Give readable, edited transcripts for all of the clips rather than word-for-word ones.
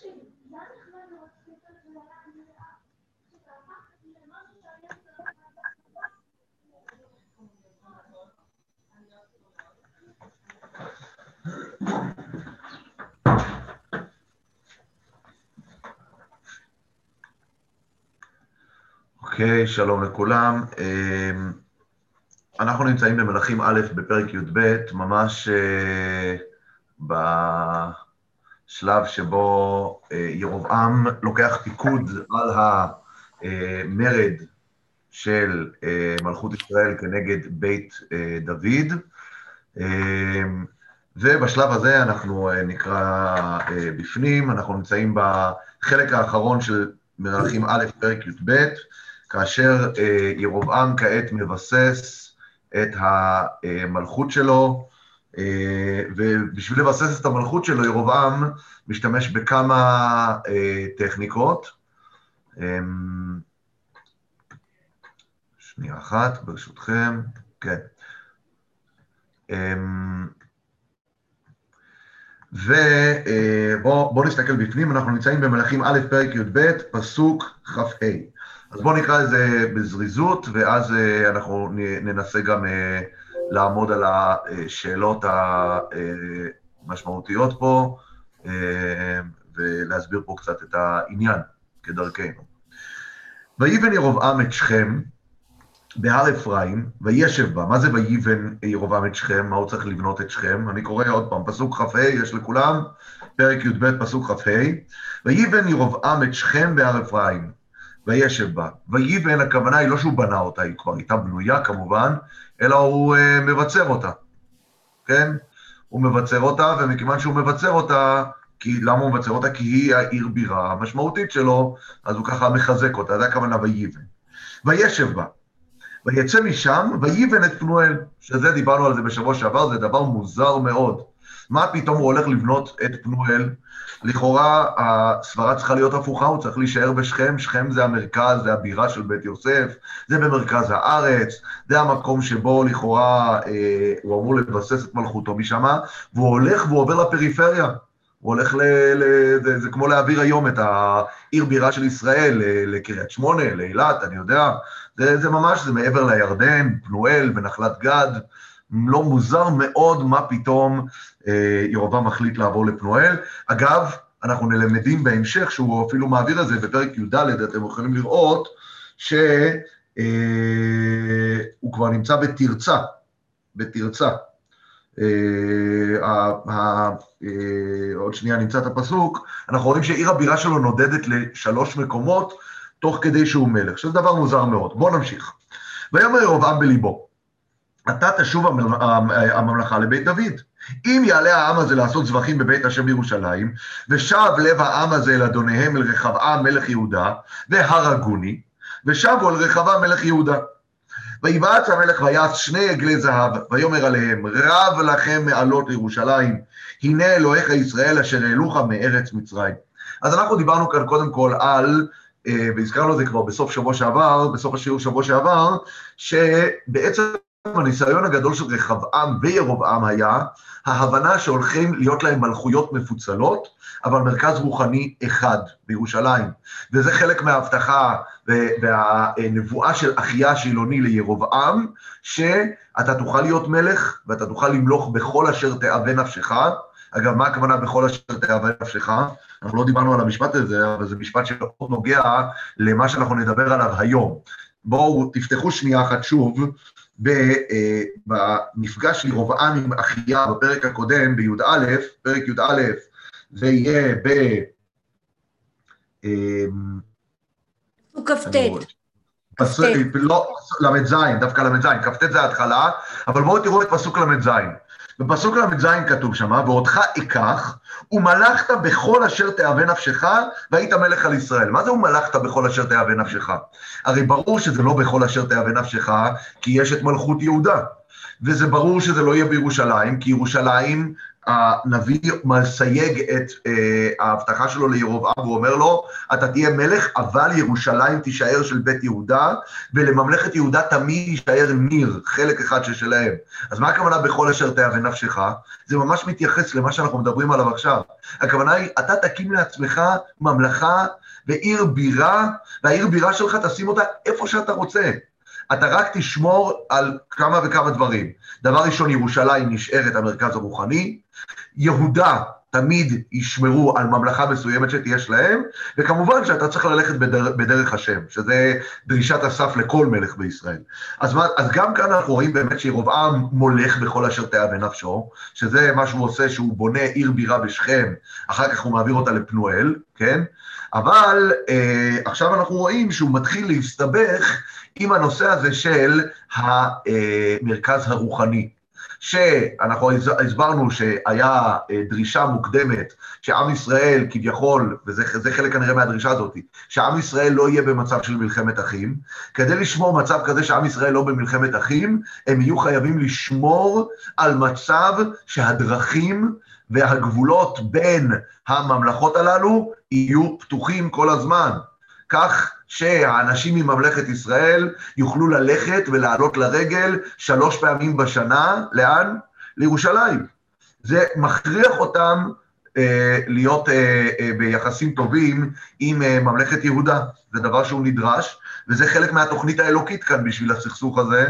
אוקיי, שלום לכולם. אנחנו נמצאים במלכים א' בפרק י"ב, ממש בשלב שבו ירבעם לוקח פיקוד על המרד של מלכות ישראל כנגד בית דוד, ובשלב הזה אנחנו נקרא בפנים, אנחנו נמצאים בחלק האחרון של מלכים א' פרק י"ב, כאשר ירבעם כעת מבסס את המלכות שלו, ובשביל לבסס את המלכות שלו, ירבעם משתמש בכמה טכניקות. שנייה אחת, ברשותכם. כן. ובואו נסתכל בפנים, אנחנו נמצאים במלכים א' פרק י"ב, פסוק כ"ה. אז בואו נקרא את זה בזריזות, ואז אנחנו ננסה גם לעמוד על השאלות המשמעותיות פה, ולהסביר פה קצת את העניין כדרכנו. ויבן ירבעם את שכם בהר אפרים, וישב בה. מה זה ויבן ירבעם את שכם? מה הוא צריך לבנות את שכם? אני קורא עוד פעם, פסוק כ"ה, יש לכולם, פרק י"ב, פסוק כ"ה. ויבן ירבעם את שכם בהר אפרים, וישב בה. ויבן, הכוונה היא לא שהוא בנה אותה, היא כבר הייתה בנויה כמובן, אלא הוא מבצר אותה, כן? הוא מבצר אותה, ומכיוון שהוא מבצר אותה, למה הוא מבצר אותה? כי היא העיר בירה המשמעותית שלו, אז הוא ככה מחזק אותה, זה הכוונה ויבן. וישב בה. ויצא משם, ויבן את פנואל, שזה דיברנו על זה בשבוע שעבר, זה דבר מוזר מאוד. מה פתאום הוא הולך לבנות את פנואל? לכאורה הסברה צריכה להיות הפוכה, הוא צריך להישאר בשכם, שכם זה המרכז, זה הבירה של בית יוסף, זה במרכז הארץ, זה המקום שבו לכאורה הוא אמור לבסס את מלכותו משם, והוא הולך והוא עובר לפריפריה, הוא הולך זה כמו להעביר היום את העיר בירה של ישראל, לקריית שמונה, לאילת, אני יודע, זה ממש, זה מעבר לירדן, פנואל, בנחלת גד, לא מוזר מאוד מה פתאום ירבעם מחליט לעבור לפנואל. אגב, אנחנו נלמדים בהמשך שהוא אפילו מעביר את זה בפרק י"ד, אתם יכולים לראות שהוא כבר נמצא בתרצה. עוד שנייה נמצא את הפסוק, אנחנו רואים שעיר הבירה שלו נודדת לשלוש מקומות, תוך כדי שהוא מלך, שזה דבר מוזר מאוד. בואו נמשיך. ויאמר ירבעם בליבו, אתה תשוב הממלכה לבית דוד. אם יעלה העם הזה לעשות זבחים בבית השם בירושלים, ושב לב העם הזה אל אדוניהם אל רחבעם מלך יהודה, והרגוני, ושבו אל רחבעם מלך יהודה. ויבעץ המלך ויעש שני עגלי זהב, ויאמר עליהם, רב לכם מעלות לירושלים, הנה אלוהיך ישראל אשר העלוך מארץ מצרים. אז אנחנו דיברנו כאן קודם כל על, והזכרנו את זה כבר בסוף השיעור שבוע שעבר, שבעצם הניסיון הגדול של רחבעם וירבעם היה ההבנה שהולכים להיות להם מלכויות מפוצלות, אבל מרכז רוחני אחד בירושלים. וזה חלק מההבטחה והנבואה של אחיה השילוני לירבעם, שאתה תוכל להיות מלך ואתה תוכל למלוך בכל אשר תאווה נפשך. אגב, מה הכוונה בכל אשר תאווה נפשך? אנחנו לא דיברנו על המשפט הזה, אבל זה משפט שמאוד נוגע למה שאנחנו נדבר עליו היום. בואו תפתחו שנייה אחת שוב, במפגש של ירבעם עם אחיה בפרק הקודם, בי"א, פרק י"א, זה יהיה כ"ט. לא, ל"ז, דווקא ל"ז, כ"ט זה ההתחלה, אבל בואו תראו את פסוק ל"ז. בפסוק ל"ז כתוב שם, ואותך אקח, ומלכת בכל אשר תאווה נפשך, והיית מלך על ישראל. מה זה ומלכת בכל אשר תאווה נפשך? הרי ברור שזה לא בכל אשר תאווה נפשך, כי יש את מלכות יהודה. וזה ברור שזה לא יהיה בירושלים, כי ירושלים הנביא מסייג את ההבטחה שלו לירובעם, והוא אומר לו, אתה תהיה מלך, אבל ירושלים תישאר של בית יהודה, ולממלכת יהודה תמיד יישאר ניר, חלק אחד שלהם. אז מה הכוונה בכל אשר תאווה נפשך? זה ממש מתייחס למה שאנחנו מדברים עליו עכשיו. הכוונה היא, אתה תקים לעצמך ממלכה ועיר בירה, והעיר בירה שלך תשים אותה איפה שאתה רוצה. אתה רק תשמור על כמה וכמה דברים. דבר ראשון, ירושלים נשארת המרכז הרוחני, יהודה תמיד ישמרו על ממלכה מסוימת שתהיה להם, וכמובן שאתה צריך ללכת בדרך השם, שזה דרישת הסף לכל מלך בישראל. אז גם כאן אנחנו רואים באמת שירובעם מולך בכל אשר תאווה נפשו, שזה מה שהוא עושה, שהוא בונה עיר בירה בשכם, אחר כך הוא מעביר אותה לפנואל, כן? אבל עכשיו אנחנו רואים שהוא מתחיל להסתבך עם הנושא הזה של המרכז הרוחני, שאנחנו הסברנו שהיה דרישה מוקדמת, שעם ישראל כביכול, וזה חלק כנראה מהדרישה הזאת, שעם ישראל לא יהיה במצב של מלחמת אחים, כדי לשמור מצב כזה שעם ישראל לא במלחמת אחים, הם יהיו חייבים לשמור על מצב שהדרכים והגבולות בין הממלכות הללו יהיו פתוחים כל הזמן, כך שהאנשים מממלכת ישראל יוכלו ללכת ולעלות לרגל 3 פעמים בשנה, לאן? לירושלים. זה מכריח אותם להיות ביחסים טובים עם ממלכת יהודה, זה דבר שהוא נדרש, וזה חלק מהתוכנית האלוקית כאן בשביל הסכסוך הזה,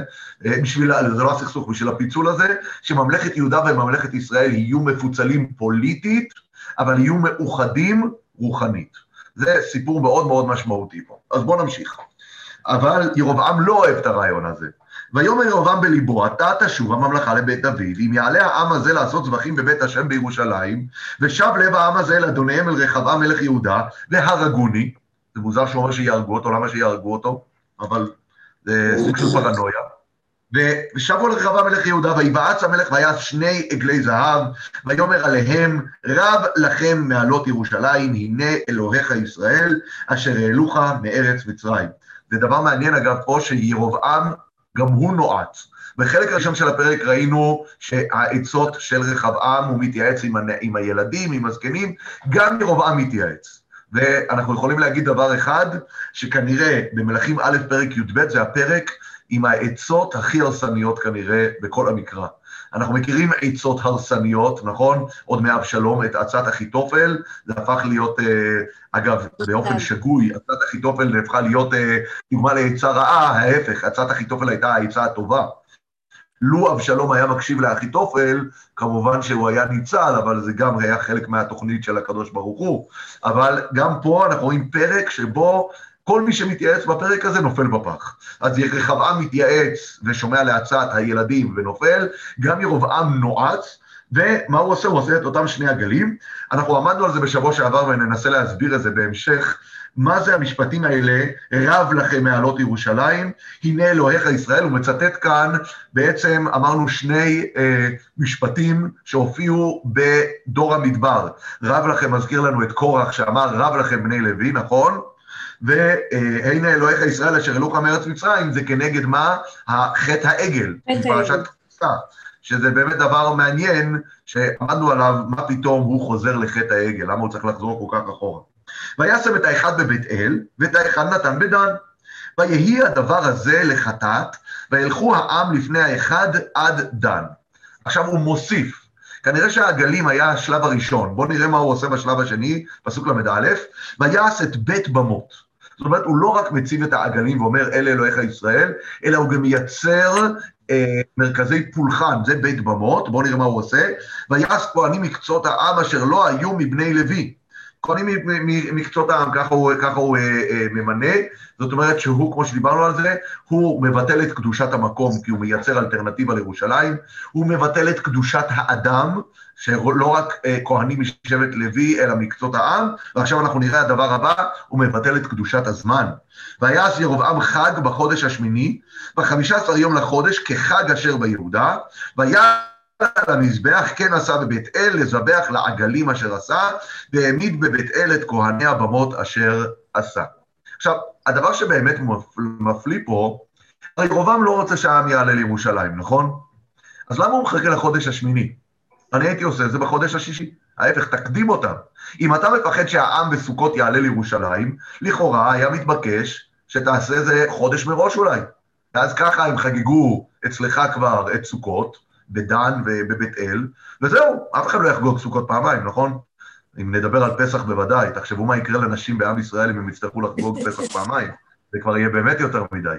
זה לא הסכסוך, בשביל הפיצול הזה, שממלכת יהודה וממלכת ישראל יהיו מפוצלים פוליטית, אבל יהיו מאוחדים רוחנית. זה סיפור מאוד מאוד משמעותי פה. אז בואו נמשיך. אבל ירובעם לא אוהב את הרעיון הזה. ויאמר ירובעם בליבו, אתה תשוב הממלכה לבית דוד, אם יעלה העם הזה לעשות זבחים בבית השם בירושלים, ושב לב העם הזה לאדוניהם אל רחבעם מלך יהודה, והרגוני, זה מוזר שהוא אומר שיהרגו אותו, למה שיהרגו אותו? אבל זה סוג של פרנויה. ושבו לרחבעם מלך יהודה, ויבעץ המלך והיה 2 עגלי זהב, ויאמר עליהם, רב לכם מעלות ירושלים, הנה אלוהיך ישראל, אשר העלוך מארץ מצרים. זה דבר מעניין אגב פה, שירובעם גם הוא נועץ. בחלק הראשון של הפרק ראינו שהעצות של רחבעם, הוא מתייעץ עם הילדים, עם הזקנים, גם ירובעם מתייעץ. ואנחנו יכולים להגיד דבר אחד, שכנראה במלכים א' פרק י"ב, זה הפרק עם העצות הכי הרסניות כנראה בכל המקרא. אנחנו מכירים עצות הרסניות, נכון? עוד מאבשלום, את עצת אחיתופל, זה הפך להיות, אגב, באופן שגוי, עצת אחיתופל הפכה להיות דוגמה לעצה רעה, ההפך, עצת אחיתופל הייתה העצה הטובה. לו אבשלום היה מקשיב לאחיתופל, כמובן שהוא היה ניצל, אבל זה גם היה חלק מהתוכנית של הקדוש ברוך הוא. אבל גם פה אנחנו רואים פרק שבו כל מי שמתייעץ בפרק הזה נופל בפח. אז רחבעם מתייעץ ושומע להצעת הילדים ונופל, גם ירובעם נועץ, ומה הוא עושה? הוא עושה את אותם 2 עגלים. אנחנו עמדנו על זה בשבוע שעבר וננסה להסביר את זה בהמשך, מה זה המשפטים האלה, רב לכם מעלות ירושלים, הנה אלוהיך ישראל, הוא מצטט כאן, בעצם אמרנו 2 משפטים שהופיעו בדור המדבר. רב לכם מזכיר לנו את קורח שאמר רב לכם בני לוי, נכון? והנה אלוהיך ישראל אשר העלוך מארץ מצרים, זה כנגד מה? חטא העגל, פרשת כניסה, שזה באמת דבר מעניין שעמדנו עליו, מה פתאום הוא חוזר לחטא העגל, למה הוא צריך לחזור כל כך אחורה. וישם את האחד בבית אל, ואת האחד נתן בדן. ויהי הדבר הזה לחטאת, וילכו העם לפני האחד עד דן. עכשיו הוא מוסיף, כנראה שהעגלים היה השלב הראשון, בואו נראה מה הוא עושה בשלב השני, פסוק למד א', ויעש את בית במות. זאת אומרת, הוא לא רק מציב את העגלים ואומר, אלה אלוהיך ישראל, אלא הוא גם מייצר מרכזי פולחן, זה בית במות, בואו נראה מה הוא עושה, ויעש כהנים מקצות העם אשר לא היו מבני לוי. כהנים מקצות העם, ככה הוא ממנה, זאת אומרת שהוא, כמו שדיברנו על זה, הוא מבטל את קדושת המקום, כי הוא מייצר אלטרנטיבה לירושלים, הוא מבטל את קדושת האדם, שלא רק כהנים משבט לוי, אלא מקצות העם, ועכשיו אנחנו נראה הדבר הבא, הוא מבטל את קדושת הזמן. ויעש ירובעם חג בחודש השמיני, ב15 יום לחודש, כחג אשר ביהודה, ויעש על המזבח, כן עשה בבית אל, לזבח לעגלים אשר עשה, והעמיד בבית אל את כהני הבמות אשר עשה. עכשיו, הדבר שבאמת מפליא פה, הרי ירובעם לא רוצה שהעם יעלה לירושלים, נכון? אז למה הוא מחכה לחודש השמיני? אני הייתי עושה את זה בחודש השישי. ההפך, תקדים אותם. אם אתה מפחד שהעם בסוכות יעלה לירושלים, לכאורה היה מתבקש שתעשה את זה חודש מראש אולי. ואז ככה הם חגגו אצלך כבר את סוכות, בדן ובבית אל, וזהו, אף אחד לא יחגוג סוכות פעמיים, נכון? אם נדבר על פסח בוודאי, תחשבו מה יקרה לנשים בעם ישראל אם הם יצטרכו לחגוג פסח פעמיים, זה כבר יהיה באמת יותר מדי.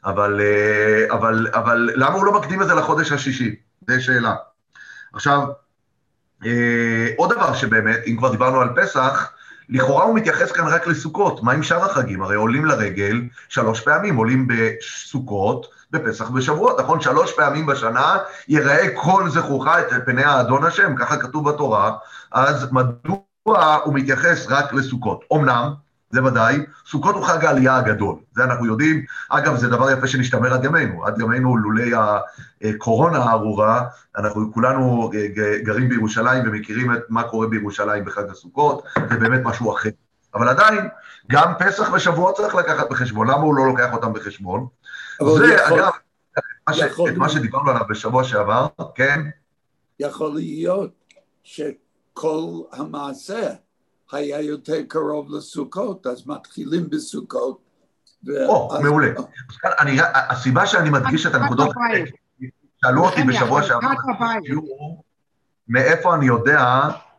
אבל למה הוא לא מקדים את זה לחודש השישי? זו שאלה. עכשיו, עוד דבר שבאמת, אם כבר דיברנו על פסח, לכאורה הוא מתייחס כאן רק לסוכות. מה עם שאר החגים? הרי עולים לרגל 3 פעמים, עולים בסוכות, בפסח ובשבועות, נכון? 3 פעמים בשנה יראה כל זכורך את פני האדון השם, ככה כתוב בתורה, אז מדוע הוא מתייחס רק לסוכות? אמנם, זה ודאי, סוכות הוא חג העלייה הגדול, זה אנחנו יודעים, אגב זה דבר יפה שנשתמר עד ימינו לולי הקורונה הארורה, אנחנו כולנו גרים בירושלים ומכירים את מה קורה בירושלים בחג הסוכות, זה באמת משהו אחר, אבל עדיין, גם פסח ושבועות צריך לקחת בחשבון, למה הוא לא לוקח אותם בחשבון? זה אגב, את מה שדיברנו עליו בשבוע שעבר, כן? יכול להיות שכל המעשה, היה יותר קרוב לסוכות, אז מתחילים בסוכות. מעולה. הסיבה שאני מדגיש את הנקודות, שאלו אותי בשבוע שעבר, מאיפה אני יודע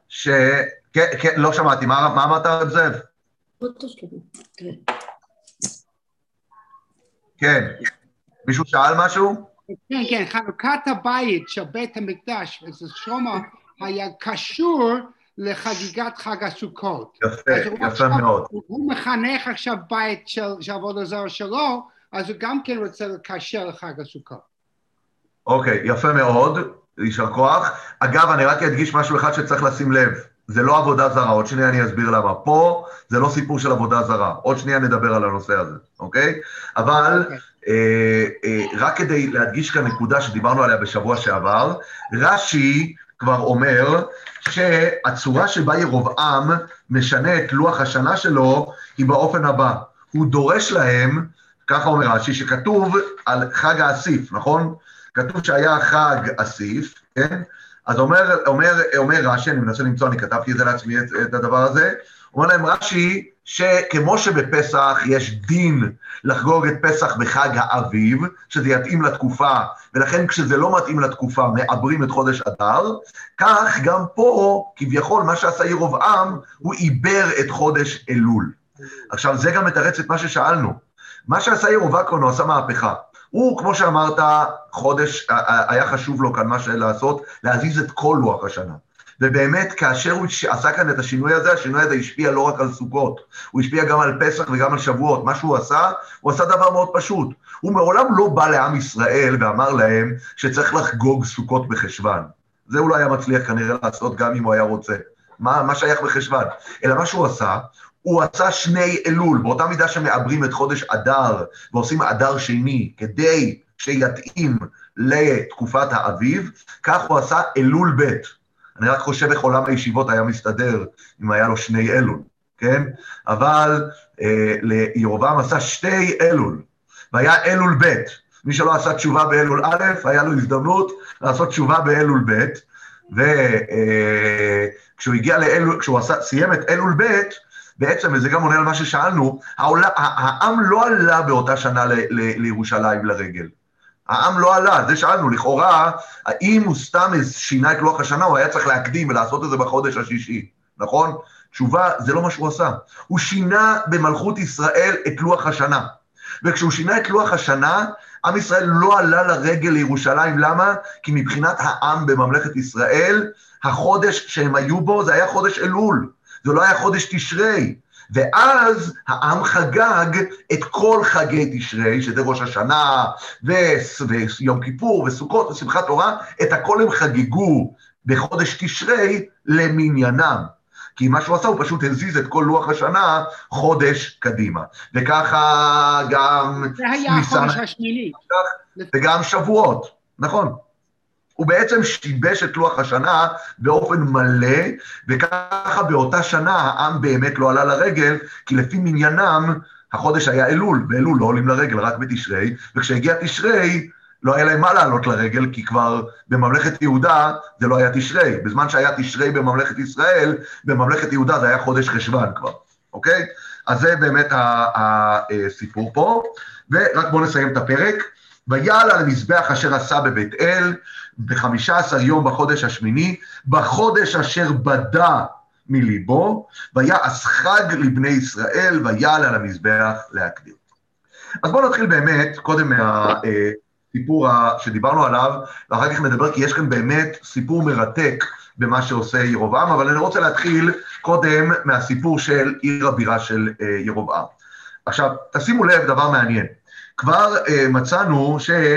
לא שמעתי, מה אמרת רב זאב? כן, מישהו שאל משהו? כן, חנוכת הבית של בית המקדש, זה שלמה, היה קשור לחגיגת חג הסוכות. יפה מאוד. הוא מחנך עכשיו בית של עבודה זרה שלו, אז הוא גם כן רוצה לקשר לחג הסוכות. אוקיי, יפה מאוד, יישר כוח. אגב, אני רק אדגיש משהו אחד שצריך לשים לב, זה לא עבודה זרה, עוד שנייה אני אסביר למה. פה זה לא סיפור של עבודה זרה, עוד שנייה נדבר על הנושא הזה, אוקיי? אבל רק כדי להדגיש כאן נקודה שדיברנו עליה בשבוע שעבר, רש"י כבר אומר שהצורה שבה ירבעם משנה את לוח השנה שלו היא באופן הבא. הוא דורש להם, ככה אומר רש"י, שכתוב על חג האסיף, נכון? כתוב שהיה חג אסיף, כן? אז אומר רש"י, אני מנסה למצוא, אני כתבתי את זה לעצמי, את הדבר הזה, אומר להם רש"י, שכמו שבפסח יש דין לחגוג את פסח בחג האביב, שזה יתאים לתקופה, ולכן כשזה לא מתאים לתקופה, מעברים את חודש אדר, כך גם פה, כביכול, מה שעשה ירבעם, הוא עיבר את חודש אלול. עכשיו, זה גם מתרץ את מה ששאלנו. מה שעשה ירבעם, הוא עשה מהפכה. הוא, כמו שאמרת, חודש, היה חשוב לו כאן מה לעשות, להזיז את כל לוח השנה. ובאמת, כאשר הוא עשה כאן את השינוי הזה, השינוי הזה השפיע לא רק על סוכות, הוא השפיע גם על פסח וגם על שבועות. מה שהוא עשה דבר מאוד פשוט. הוא מעולם לא בא לעם ישראל ואמר להם שצריך לחגוג סוכות בחשוון. זה הוא לא היה מצליח כנראה לעשות גם אם הוא היה רוצה. מה שייך בחשוון? אלא מה שהוא עשה, הוא עשה 2 אלול, באותה מידה שמעברים את חודש אדר, ועושים אדר שני, כדי שיתאים לתקופת האביב, כך הוא עשה אלול ב'. אני רק חושב איך עולם הישיבות היה מסתדר, אם היה לו 2 אלול, כן? אבל לירבעם עשה 2 אלול, והיה אלול ב'. מי שלא עשה תשובה באלול א', היה לו הזדמנות לעשות תשובה באלול ב', וכשהוא הגיע לאלול, כשהוא סיים את אלול ב', בעצם, וזה גם עונה על מה ששאלנו, העם לא עלה באותה שנה לירושלים לרגל. העם לא עלה, זה שאלנו, לכאורה, האם הוא סתם שינה את לוח השנה, הוא היה צריך להקדים ולעשות את זה בחודש השישי, נכון? תשובה, זה לא מה שהוא עשה. הוא שינה במלכות ישראל את לוח השנה. וכשהוא שינה את לוח השנה, עם ישראל לא עלה לרגל לירושלים, למה? כי מבחינת העם בממלכת ישראל, החודש שהם היו בו, זה היה חודש אלול. זה לא היה חודש תשרי, ואז העם חגג את כל חגי תשרי, שזה ראש השנה, ויום כיפור, וסוכות, ושמחת תורה, את הכל הם חגגו בחודש תשרי למניינם. כי מה שהוא עשה, הוא פשוט הזיז את כל לוח השנה חודש קדימה. וככה גם זה היה החודש השמיני. וגם שבועות, נכון. הוא בעצם שיבש את לוח השנה באופן מלא, וככה באותה שנה העם באמת לא עלה לרגל, כי לפי מניינם החודש היה אלול, באלול לא עולים לרגל רק בתשרי, וכשהגיע תשרי, לא היה להם מה לעלות לרגל, כי כבר בממלכת יהודה זה לא היה תשרי. בזמן שהיה תשרי בממלכת ישראל, בממלכת יהודה זה היה חודש חשוון כבר, אוקיי? אז זה באמת הסיפור פה, ורק בואו נסיים את הפרק. ויעל על המזבח אשר עשה בבית אל, ב-15 יום בחודש השמיני, בחודש אשר בדה מליבו, ויעש חג לבני ישראל, ויעל על המזבח להקדים. אז בואו נתחיל באמת, קודם מהסיפור שדיברנו עליו, ואחר כך נדבר, כי יש כאן באמת סיפור מרתק במה שעושה ירובעם, אבל אני רוצה להתחיל קודם מהסיפור של עיר הבירה של ירובעם. עכשיו, תשימו לב דבר מעניין. כבר מצאנו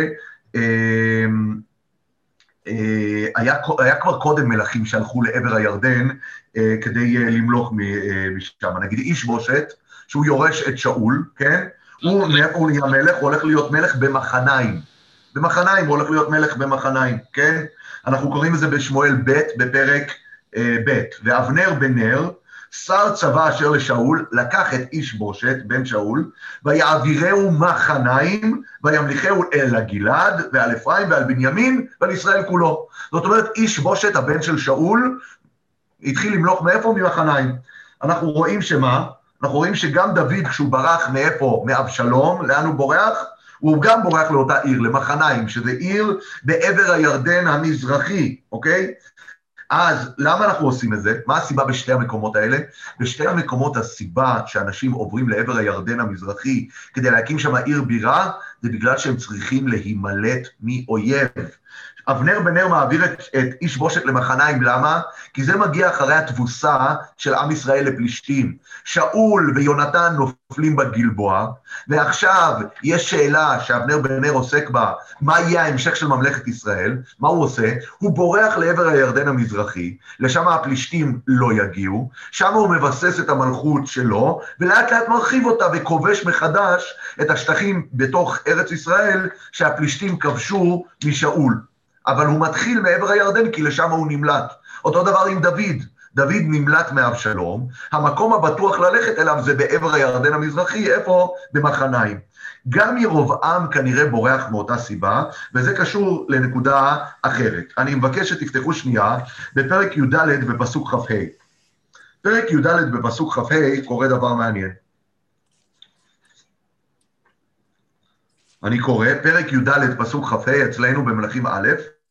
היה כבר קודם מלכים שהלכו לעבר הירדן כדי למלוך משם. נגיד איש בושת, שהוא יורש את שאול, כן? הוא נהיה מלך, הוא הולך להיות מלך במחניים. במחניים, הוא הולך להיות מלך במחניים, כן? אנחנו קוראים לזה בשמואל ב' בפרק ב'. ואבנר בן נר, שר צבא אשר לשאול, לקח את איש בושת, בן שאול, ויעבירהו מחניים, וימליכהו אל הגלעד, ועל אפרים ועל בנימין, ועל ישראל כולו. זאת אומרת, איש בושת, הבן של שאול, התחיל למלוך מאיפה? ממחניים. אנחנו רואים שמה? אנחנו רואים שגם דוד, כשהוא ברח מאיפה? מאבשלום, לאן הוא בורח? הוא גם בורח לאותה עיר, למחניים, שזה עיר בעבר הירדן המזרחי, אוקיי? אז למה אנחנו עושים את זה? מה הסיבה בשתי המקומות האלה? בשתי המקומות הסיבה שאנשים עוברים לעבר הירדן המזרחי כדי להקים שם עיר בירה, זה בגלל שהם צריכים להימלט מאויב. אבנר בן נר מעביר את איש בושת למחניים, למה? כי זה מגיע אחרי התבוסה של עם ישראל לפלישתים. שאול ויונתן נופלים בגלבוע, ועכשיו יש שאלה שאבנר בן נר עוסק בה, מה יהיה ההמשך של ממלכת ישראל? מה הוא עושה? הוא בורח לעבר הירדן המזרחי, לשם הפלישתים לא יגיעו, שם הוא מבסס את המלכות שלו, ולאט לאט מרחיב אותה וכובש מחדש את השטחים בתוך ארץ ישראל שהפלישתים כבשו משאול. אבל הוא מתחיל מעבר הירדן, כי לשם הוא נמלט. אותו דבר עם דוד. דוד נמלט מאבשלום, המקום הבטוח ללכת אליו זה בעבר הירדן המזרחי, איפה? במחניים. גם ירובעם כנראה בורח מאותה סיבה, וזה קשור לנקודה אחרת. אני מבקש שתפתחו שנייה בפרק י"ד בפסוק כ"ה. פרק י"ד בפסוק כ"ה קורא דבר מעניין. אני קורא, פרק י"ד פסוק כ"ה אצלנו במלכים א',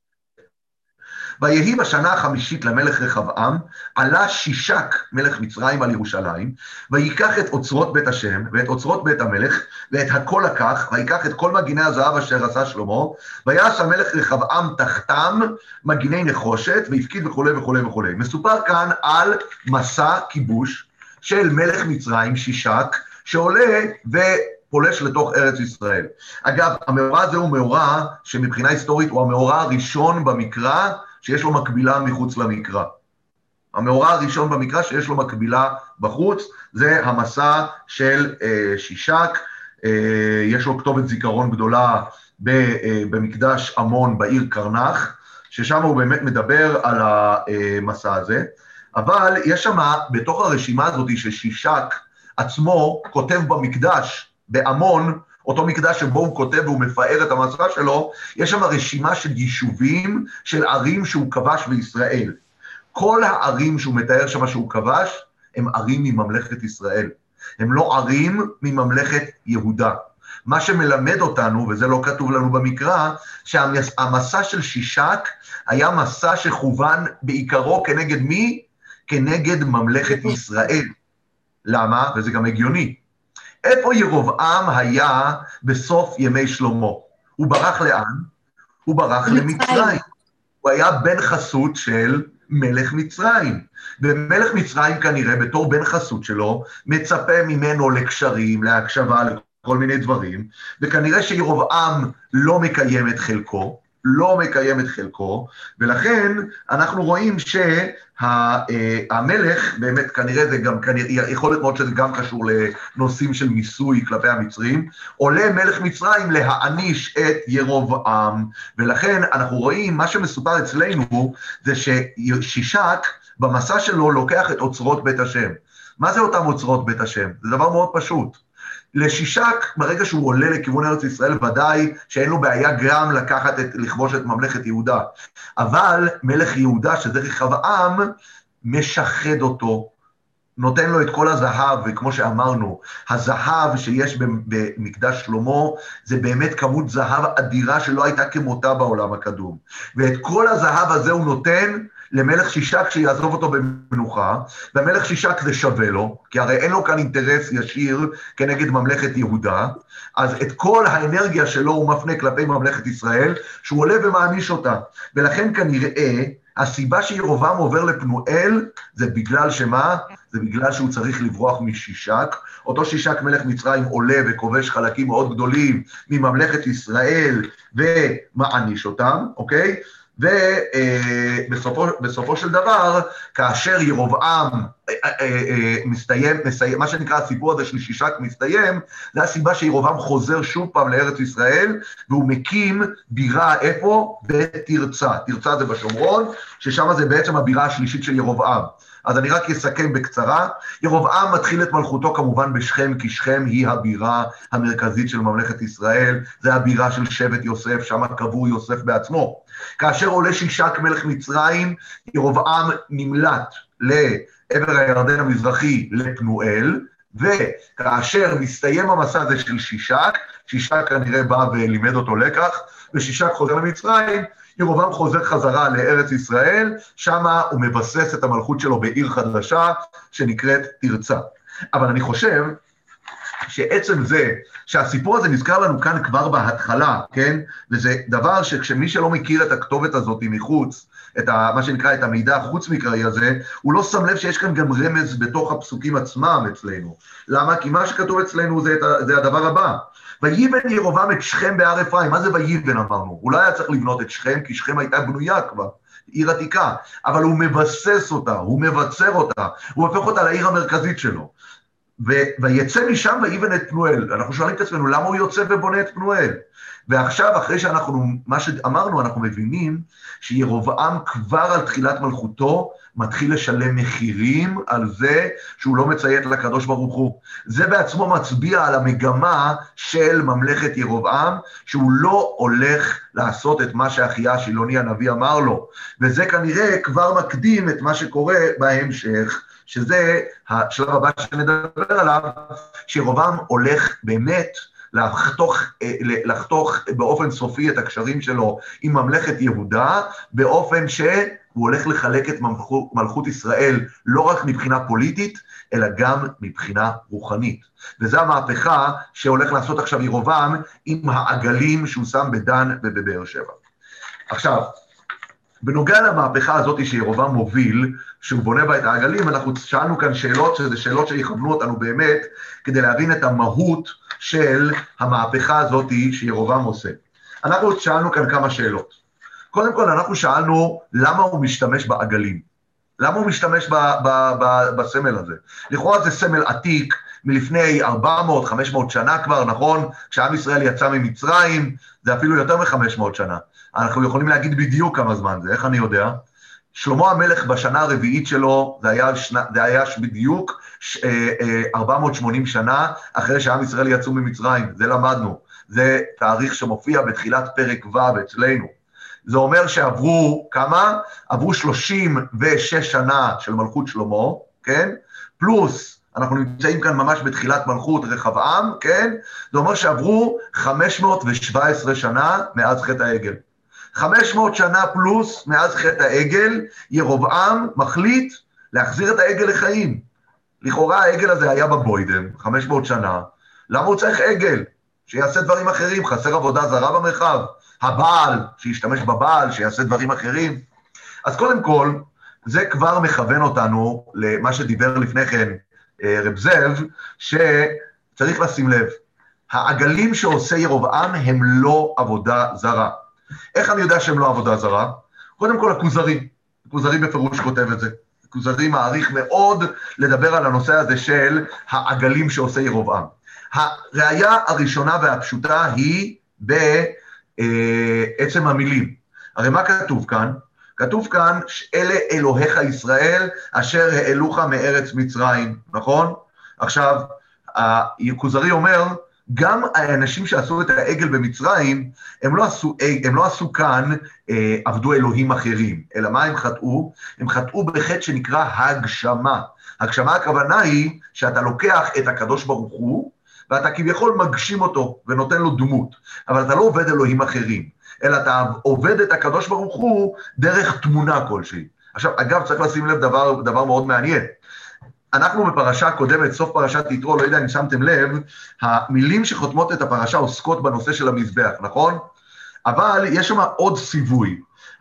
ויהי בשנה החמישית למלך רחבעם, עלה שישק מלך מצרים על ירושלים, ויקח את אוצרות בית השם, ואת אוצרות בית המלך, ואת הכל לקח, ויקח את כל מגיני הזהב אשר עשה שלמה, ויעש המלך רחבעם תחתם מגיני נחושת, והפקיד וכו' וכו' וכו'. מסופר כאן על מסע כיבוש של מלך מצרים, שישק, שעולה פולש לתוך ארץ ישראל. אגב, המאורע הזה הוא מאורע שמבחינה היסטורית הוא המאורע הראשון במקרא שיש לו מקבילה מחוץ למקרא. המאורע הראשון במקרא שיש לו מקבילה בחוץ, זה המסע של שישק, יש לו כתובת זיכרון גדולה במקדש עמון בעיר קרנח, ששם הוא באמת מדבר על המסע הזה, אבל יש שם בתוך הרשימה הזאת ששישק עצמו כותב במקדש, בעמון, אותו מקדש שבו הוא כותב והוא מפאר את המסע שלו, יש שם רשימה של יישובים, של ערים שהוא כבש בישראל. כל הערים שהוא מתאר שם שהוא כבש, הם ערים מממלכת ישראל. הם לא ערים מממלכת יהודה. מה שמלמד אותנו, וזה לא כתוב לנו במקרא, שהמסע של שישק היה מסע שכוון בעיקרו כנגד מי? כנגד ממלכת ישראל. למה? וזה גם הגיוני. איפה ירובעם היה בסוף ימי שלמה? הוא ברח לאן? הוא ברח למצרים. הוא היה בן חסות של מלך מצרים. ומלך מצרים כנראה בתור בן חסות שלו, מצפה ממנו לקשרים, להקשבה, לכל מיני דברים, וכנראה שירובעם לא מקיים את חלקו, ולכן אנחנו רואים שהמלך, באמת כנראה זה גם, יכול להיות מאוד שזה גם קשור לנושאים של מיסוי כלפי המצרים, עולה מלך מצרים להעניש את ירובעם, ולכן אנחנו רואים, מה שמסופר אצלנו, זה ששישק במסע שלו לוקח את אוצרות בית השם. מה זה אותם אוצרות בית השם? זה דבר מאוד פשוט. לשישק, ברגע שהוא עולה לכיוון ארץ ישראל, ודאי שאין לו בעיה גם לכבוש את ממלכת יהודה. אבל מלך יהודה, שזה רחבעם, משחד אותו, נותן לו את כל הזהב, וכמו שאמרנו, הזהב שיש במקדש שלמה, זה באמת כמות זהב אדירה שלא הייתה כמותה בעולם הקדום. ואת כל הזהב הזה הוא נותן למלך שישק שיעזוב אותו במנוחה, והמלך שישק זה שווה לו, כי הרי אין לו כאן אינטרס ישיר כנגד ממלכת יהודה, אז את כל האנרגיה שלו הוא מפנה כלפי ממלכת ישראל, שהוא עולה ומעניש אותה. ולכן כנראה, הסיבה שירובעם עובר לפנואל, זה בגלל שמה? זה בגלל שהוא צריך לברוח משישק. אותו שישק מלך מצרים עולה וכובש חלקים מאוד גדולים מממלכת ישראל ומעניש אותם, אוקיי? ובסופו של דבר, כאשר ירובעם מסתיים, מה שנקרא הסיפור הזה של שישק מסתיים, זה הסיבה שירובעם חוזר שוב פעם לארץ ישראל, והוא מקים בירה איפה? בתרצה. תרצה זה בשומרון, ששם זה בעצם הבירה השלישית של ירובעם. אז אני רק אסכם בקצרה. ירובעם מתחיל את מלכותו כמובן בשכם, כי שכם היא הבירה המרכזית של ממלכת ישראל, זה הבירה של שבט יוסף, שם קבור יוסף בעצמו. כאשר עולה שישק מלך מצרים, ירובעם נמלט לעבר הירדן המזרחי לפנואל, וכאשר מסתיים המסע הזה של שישק, שישק כנראה בא ולימד אותו לקח, ושישק חוזר למצרים, ירובעם חוזר חזרה לארץ ישראל, שמה הוא מבסס את המלכות שלו בעיר חדשה, שנקראת תרצה. אבל אני חושב שעצם זה, שהסיפור הזה נזכר לנו כאן כבר בהתחלה, כן? וזה דבר שכשמי שלא מכיר את הכתובת הזאת מחוץ, מה שנקרא את המידע החוץ מקראי הזה, הוא לא שם לב שיש כאן גם רמז בתוך הפסוקים עצמם אצלנו. למה? כי מה שכתוב אצלנו זה הדבר הבא. ויבן ירובעם את שכם בהר אפרים. מה זה ויבן אמרנו? אולי היה צריך לבנות את שכם, כי שכם הייתה בנויה כבר, עיר עתיקה, אבל הוא מבסס אותה, הוא מבצר אותה, הוא הופך אותה לעיר המרכזית שלו. ויצא משם ויבן את פנואל. אנחנו שואלים את עצמנו, למה הוא יוצא ובונה את פנואל? ועכשיו, אחרי מה שאמרנו, אנחנו מבינים שירובעם כבר על תחילת מלכותו, מתחיל לשלם מחירים על זה שהוא לא מציית לקדוש ברוך הוא. זה בעצמו מצביע על המגמה של ממלכת ירובעם, שהוא לא הולך לעשות את מה שאחיה שילוני הנביא אמר לו. וזה כנראה כבר מקדים את מה שקורה בהמשך, שזה השלב הבא שנדבר עליו, שירובעם הולך באמת לחתוך באופן סופי את הקשרים שלו עם ממלכת יהודה, באופן שהוא הולך לחלק את מלכות ישראל לא רק מבחינה פוליטית, אלא גם מבחינה רוחנית. וזו המהפכה שהולך לעשות עכשיו ירובעם עם העגלים שהוא שם בדן ובבאר שבע. עכשיו, בנוגע למהפכה הזאת שירובעם מוביל, שהוא בונה בה את העגלים, אנחנו שאלנו כאן שאלות, שזה שאלות שיכוונו אותנו באמת, כדי להבין את המהות של המהפכה הזאת שירובעם עושה. אנחנו שאלנו כאן כמה שאלות. קודם כל, אנחנו שאלנו למה הוא משתמש בעגלים. למה הוא משתמש בסמל הזה? לכאורה זה סמל עתיק, מלפני 400-500 שנה כבר, נכון? כשעם ישראל יצא ממצרים, זה אפילו יותר מ-500 שנה. אנחנו יכולים להגיד בדיוק כמה זמן זה, איך אני יודע? שלמה המלך בשנה הרביעית שלו, זה היה בדיוק 480 שנה אחרי שעם ישראל יצאו ממצרים, זה למדנו. זה תאריך שמופיע בתחילת פרק ו' אצלנו. זה אומר שעברו כמה? עברו 36 שנה של מלכות שלמה, כן? פלוס, אנחנו נמצאים כאן ממש בתחילת מלכות רחבעם, כן? זה אומר שעברו 517 שנה מאז חטא העגל. 500 שנה פלוס מאז חטא העגל, ירובעם מחליט להחזיר את העגל לחיים. לכאורה העגל הזה היה בבוידם, 500 שנה. למה הוא צריך עגל? שיעשה דברים אחרים, חסר עבודה זרה במרחב. הבעל, שישתמש בבעל, שיעשה דברים אחרים. אז קודם כל, זה כבר מכוון אותנו למה שדיבר לפני כן רב זאב, שצריך לשים לב. העגלים שעושה ירובעם הם לא עבודה זרה. איך אני יודע שהם לא עבודה זרה? קודם כל, הכוזרי. הכוזרי בפירוש כותב את זה. הכוזרי מעריך מאוד לדבר על הנושא הזה של העגלים שעושה ירובעם. הראיה הראשונה והפשוטה היא בעצם המילים. הרי מה כתוב כאן? כתוב כאן, אלה אלוהיך ישראל, אשר העלוך מארץ מצרים, נכון? עכשיו, הכוזרי אומר, גם האנשים שעשו את העגל במצרים, הם לא עשו כאן, עבדו אלוהים אחרים, אלא מה הם חטאו? הם חטאו בחטא שנקרא הגשמה. הגשמה הכוונה היא שאתה לוקח את הקדוש ברוך הוא, ואתה כביכול מגשים אותו ונותן לו דמות, אבל אתה לא עובד אלוהים אחרים, אלא אתה עובד את הקדוש ברוך הוא דרך תמונה כלשהי. עכשיו, אגב, צריך לשים לב דבר מאוד מעניין. אנחנו בפרשה הקודמת, סוף פרשת יתרו, לא יודע אם שמתם לב, המילים שחותמות את הפרשה עוסקות בנושא של המזבח, נכון? אבל יש שם עוד סיווי.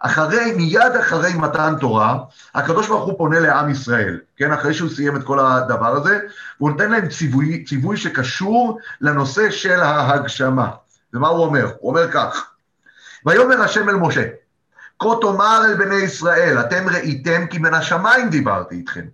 מיד אחרי מתן תורה, הקדוש ברוך הוא פונה לעם ישראל, כן? אחרי שהוא סיים את כל הדבר הזה, הוא נותן להם ציווי שקשור לנושא של ההגשמה. ומה הוא אומר? הוא אומר כך, ויאמר השם אל משה, כה תאמר אל בני ישראל, אתם ראיתם כי מן השמיים דיברתי איתכם.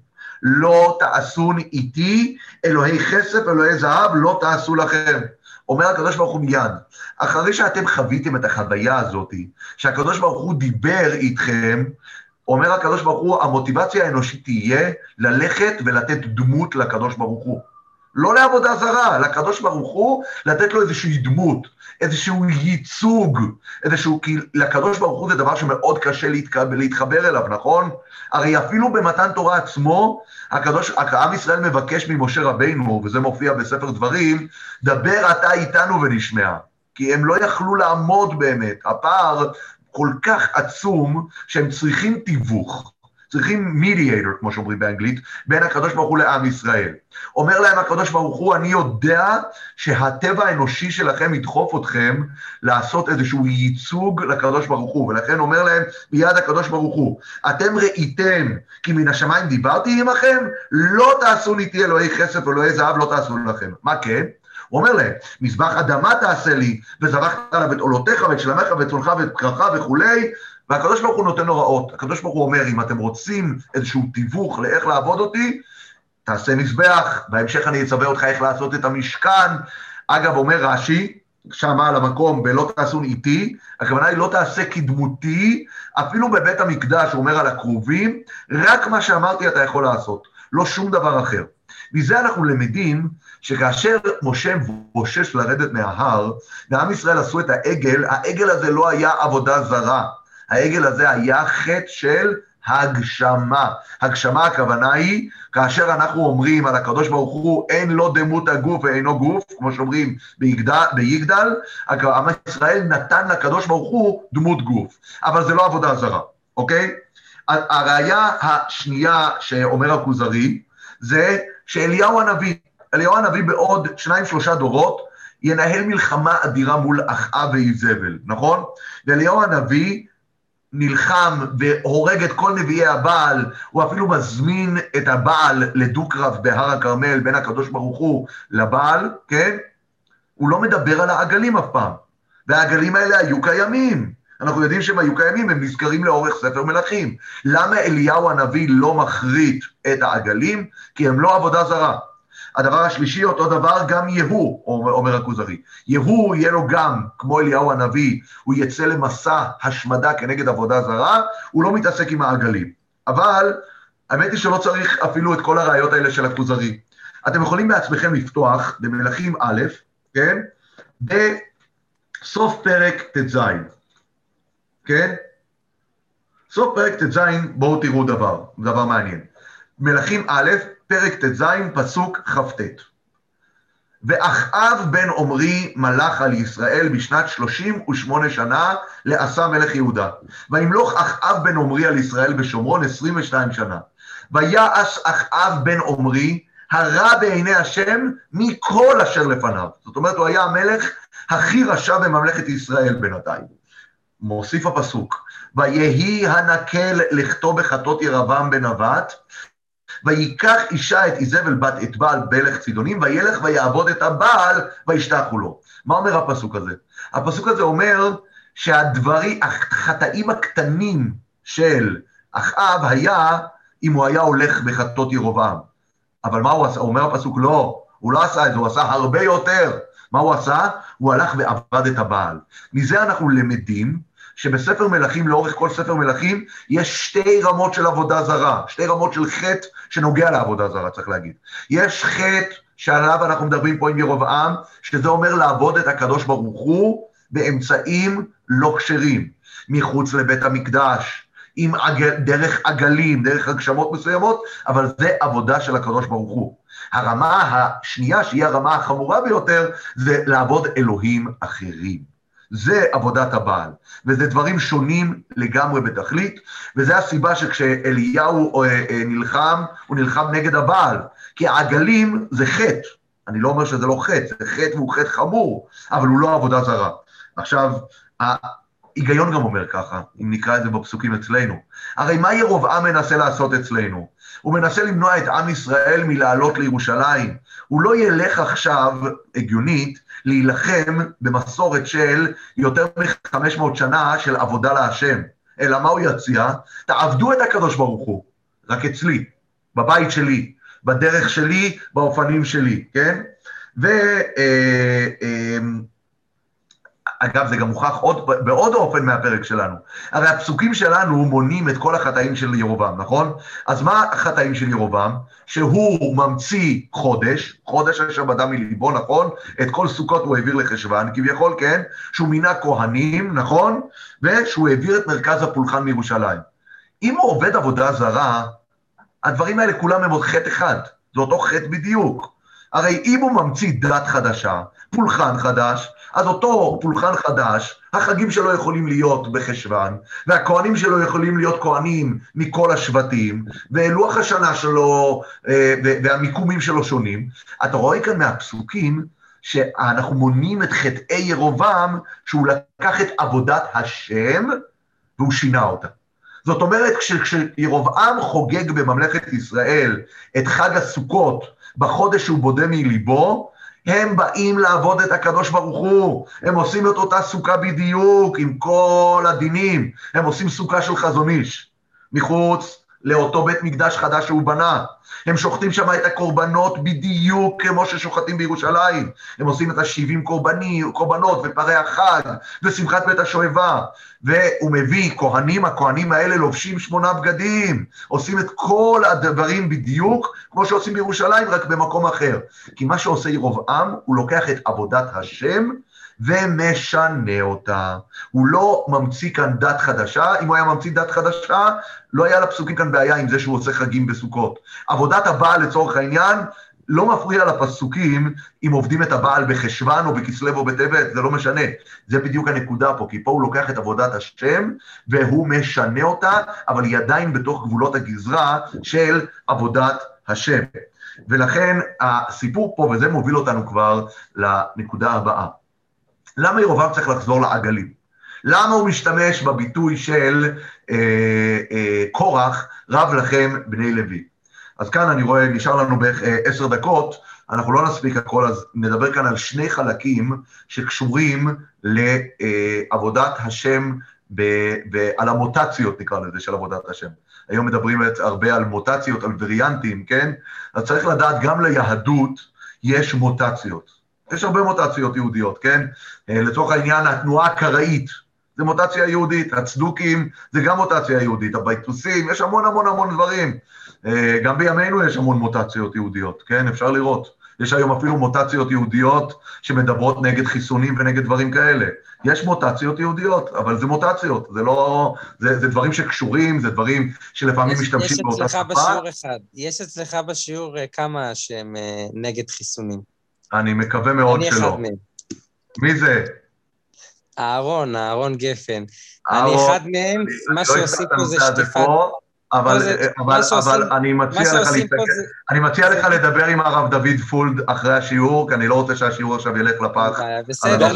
לא תעשון איתי, אלוהי כסף, אלוהי זהב, לא תעשו לכם. אומר הקדוש ברוך הוא מיד, אחרי שאתם חוויתם את החוויה הזאת, שהקדוש ברוך הוא דיבר איתכם, אומר הקדוש ברוך הוא, המוטיבציה האנושית תהיה ללכת ולתת דמות לקדוש ברוך הוא. לא לעבודה זרה, לקדוש ברוך הוא, לתת לו איזושהי דמות, איזשהו ייצוג, כי לקדוש ברוך הוא זה דבר שמאוד קשה להתחבר אליו, נכון? הרי אפילו במתן תורה עצמו, עם ישראל מבקש ממשה רבינו, וזה מופיע בספר דברים, דבר אתה איתנו ונשמע, כי הם לא יכלו לעמוד באמת, הפער כל כך עצום, שהם צריכים תיווך, צריכים mediator, כמו שאומרים באנגלית, בין הקדוש ברוך הוא לעם ישראל. אומר להם הקדוש ברוך הוא, אני יודע שהטבע האנושי שלכם ידחוף אתכם לעשות איזשהו ייצוג לקדוש ברוך הוא, ולכן אומר להם מיד הקדוש ברוך הוא, אתם ראיתם כי מן השמיים דיברתי עמכם, לא תעשו איתי אלוהי כסף אלוהי זהב, לא תעשו לכם. מה כן? הוא אומר להם, מזבח אדמה תעשה לי, וזבחת עליו את עולותיך ואת שלמך ואת צונך ואת בקרך וכולי, והקדוש ברוך הוא נותן הוראות. הקדוש ברוך הוא אומר, אם אתם רוצים איזשהו תיווך לאיך לעבוד אותי, תעשה מזבח, בהמשך אני אצווה אותך איך לעשות את המשכן. אגב, אומר רש"י, שמה על המקום, בלא תעשון איתי, הכוונה היא לא תעשה כדמותי, אפילו בבית המקדש, הוא אומר על הקרובים, רק מה שאמרתי אתה יכול לעשות, לא שום דבר אחר. מזה אנחנו למדים שכאשר משה בושש לרדת מההר, ועם ישראל עשו את העגל, העגל הזה לא היה עבודה זרה, העגל הזה היה חטא של הגשמה. הגשמה הכוונה היא, כאשר אנחנו אומרים על הקדוש ברוך הוא, אין לו דמות הגוף ואינו גוף, כמו שאומרים ביגדל, עם ישראל נתן לקדוש ברוך הוא דמות גוף, אבל זה לא עבודה זרה, אוקיי? הראיה השנייה שאומר הכוזרי, זה שאליהו הנביא בעוד 2-3 דורות, ינהל מלחמה אדירה מול אחאב ואיזבל, נכון? ואליהו הנביא נלחם והורג את כל נביאי הבעל, הוא אפילו מזמין את הבעל לדו-קרב בהר הכרמל, בין הקדוש ברוך הוא לבעל, כן? הוא לא מדבר על העגלים אף פעם, והעגלים האלה היו קיימים, אנחנו יודעים שהם היו קיימים, הם נזכרים לאורך ספר מלכים. למה אליהו הנביא לא מחריט את העגלים? כי הם לא עבודה זרה. הדבר השלישי, אותו דבר, גם יהוא, אומר הכוזרי. יהוא יהיה לו גם, כמו אליהו הנביא, הוא יצא למסע השמדה כנגד עבודה זרה, הוא לא מתעסק עם העגלים. אבל, האמת היא שלא צריך אפילו את כל הראיות האלה של הכוזרי. אתם יכולים בעצמכם לפתוח במלכים א', כן? בסוף פרק ט"ז, כן? סוף פרק ט"ז, בואו תראו דבר מעניין. מלכים א', פרק ט"ז, פסוק כ"ט. ואחאב בן עמרי מלך על ישראל בשנת 38 שנה לעשה מלך יהודה. וימלוך אחאב בן עמרי על ישראל בשומרון 22 שנה. ויעש אחאב בן עמרי הרע בעיני השם מכל אשר לפניו. זאת אומרת, הוא היה המלך הכי רשע בממלכת ישראל בינתיים. מוסיף הפסוק, ויהי הנקל לכתוב בחטות ירבעם בן נבט, ויקח אישה את איזבל בת את בעל מלך צידונים, וילך ויעבוד את הבעל, וישתחו לו. מה אומר הפסוק הזה? הפסוק הזה אומר החטאים הקטנים של אחאב היה, אם הוא היה הולך בחטות ירבעם. אבל מה הוא עשה? אומר הפסוק, לא, הוא לא עשה את זה, הוא עשה הרבה יותר. מה הוא עשה? הוא הלך ועבד את הבעל. מזה אנחנו למדים, שבספר מלכים, לאורך כל ספר מלכים, יש 2 רמות של עבודה זרה, 2 רמות של חטא שנוגע לעבודה זרה, צריך להגיד. יש חטא שעליו אנחנו מדברים פה עם ירובעם, שזה אומר לעבוד את הקדוש ברוך הוא באמצעים לא כשרים, מחוץ לבית המקדש, דרך עגלים, דרך הגשמות מסוימות, אבל זה עבודה של הקדוש ברוך הוא. הרמה השנייה, שהיא הרמה החמורה ביותר, זה לעבוד אלוהים אחרים. זה עבודת הבעל, וזה דברים שונים לגמרי בתכלית, וזה הסיבה שכשאליהו נלחם, הוא נלחם נגד הבעל, כי העגלים זה חטא, אני לא אומר שזה לא חטא, זה חטא והוא חטא חמור, אבל הוא לא עבודה זרה. עכשיו, ההיגיון גם אומר ככה, אם נקרא את זה בפסוקים אצלנו, הרי מה ירובעם מנסה לעשות אצלנו? הוא מנסה למנוע את עם ישראל מלעלות לירושלים, הוא לא ילך עכשיו, הגיונית, להילחם במסורת של יותר מ-500 שנה של עבודה להשם, אלא מה הוא יציע? תעבדו את הקדוש ברוך הוא, רק אצלי, בבית שלי, בדרך שלי, באופנים שלי, כן? אגב, זה גם מוכח בעוד אופן מהפרק שלנו. הרי הפסוקים שלנו מונים את כל החטאים של ירובעם, נכון? אז מה החטאים של ירובעם? שהוא ממציא חודש אשר בדה מליבו, נכון? את כל סוכות הוא העביר לחשבן, כביכול, כן? שהוא מינה כהנים, נכון? ושהוא העביר את מרכז הפולחן מירושלים. אם הוא עובד עבודה זרה, הדברים האלה כולם הם עוד חטא אחד. זה אותו חטא בדיוק. הרי אם הוא ממציא דת חדשה, פולחן חדש, אז אותו פולחן חדש, החגים שלו יכולים להיות בחשבן, והכהנים שלו יכולים להיות כהנים מכל השבטים, ולוח השנה שלו והמיקומים שלו שונים. אתה רואה כאן מהפסוקים שאנחנו מונים את חטאי ירובעם, שהוא לקח את עבודת השם והוא שינה אותה. זאת אומרת, כשירובעם חוגג בממלכת ישראל את חג הסוכות, בחודש שהוא בודה מליבו, הם באים לעבוד את הקדוש ברוך הוא, הם עושים את אותה סוכה בדיוק, עם כל הדינים, הם עושים סוכה של חזון איש, מחוץ לאותו בית מקדש חדש שהוא בנה, הם שוחטים שם את הקורבנות בדיוק כמו ששוחטים בירושלים, הם עושים את ה70 קורבנות ופרי החג ושמחת בית השואבה, והוא מביא כהנים, הכהנים האלה לובשים 8 בגדים, עושים את כל הדברים בדיוק כמו שעושים בירושלים, רק במקום אחר. כי מה שעושה ירובעם, הוא לוקח את עבודת השם ומשנה אותה. הוא לא ממציא כאן דת חדשה, אם הוא היה ממציא דת חדשה, לא היה לפסוקים כאן בעיה עם זה שהוא עושה חגים בסוכות. עבודת הבעל לצורך העניין, לא מפריע לפסוקים אם עובדים את הבעל בחשבן או בכסלו או בטבת, זה לא משנה. זה בדיוק הנקודה פה, כי פה הוא לוקח את עבודת השם והוא משנה אותה, אבל היא עדיין בתוך גבולות הגזרה של עבודת השם. ולכן הסיפור פה, וזה מוביל אותנו כבר לנקודה הבאה. למה ירובעם צריך לחזור לעגלים? למה הוא משתמש בביטוי של קורח, רב לכם בני לוי? אז כאן אני רואה, נשאר לנו בערך 10 דקות, אנחנו לא נספיק הכל, אז נדבר כאן על 2 חלקים שקשורים לעבודת השם, ועל המוטציות נקרא לזה של עבודת השם. היום מדברים הרבה על מוטציות, על וריאנטים, כן? אז צריך לדעת, גם ליהדות יש מוטציות. יש הרבה מוטציות יהודיות, כן? לצורך העניין, התנועה הקראית, זה מוטציה יהודית, הצדוקים, זה גם מוטציה יהודית, הבייטוסים, יש המון דברים. גם בימינו יש המון מוטציות יהודיות, כן? אפשר לראות. יש היום אפילו מוטציות יהודיות שמדברות נגד חיסונים ונגד דברים כאלה. יש מוטציות יהודיות, אבל זה מוטציות, זה לא, זה דברים שקשורים, זה דברים שלפעמים משתמשים באותה שפה. יש אצלך בשיעור כמה שהם נגד חיסונים. אני מקווה מאוד שלא. מי זה? אהרון גפן. אני אחד מהם, מה שעושים פה זה שטיפת... אבל אני מציע לך לדבר עם הרב דוד פולד אחרי השיעור, כי אני לא רוצה שהשיעור עכשיו ילך לפח. בסדר,